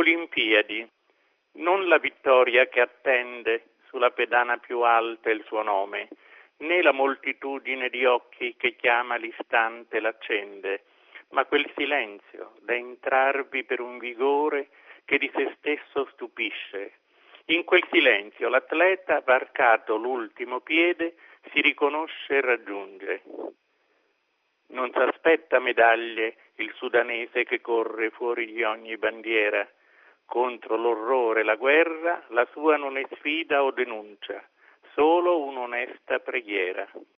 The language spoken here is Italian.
Olimpiadi, non la vittoria che attende sulla pedana più alta il suo nome, né la moltitudine di occhi che chiama l'istante l'accende, ma quel silenzio da entrarvi per un vigore che di se stesso stupisce. In quel silenzio l'atleta, varcato l'ultimo piede, si riconosce e raggiunge. Non s'aspetta medaglie il sudanese che corre fuori di ogni bandiera. Contro l'orrore e la guerra la sua non è sfida o denuncia, solo un'onesta preghiera.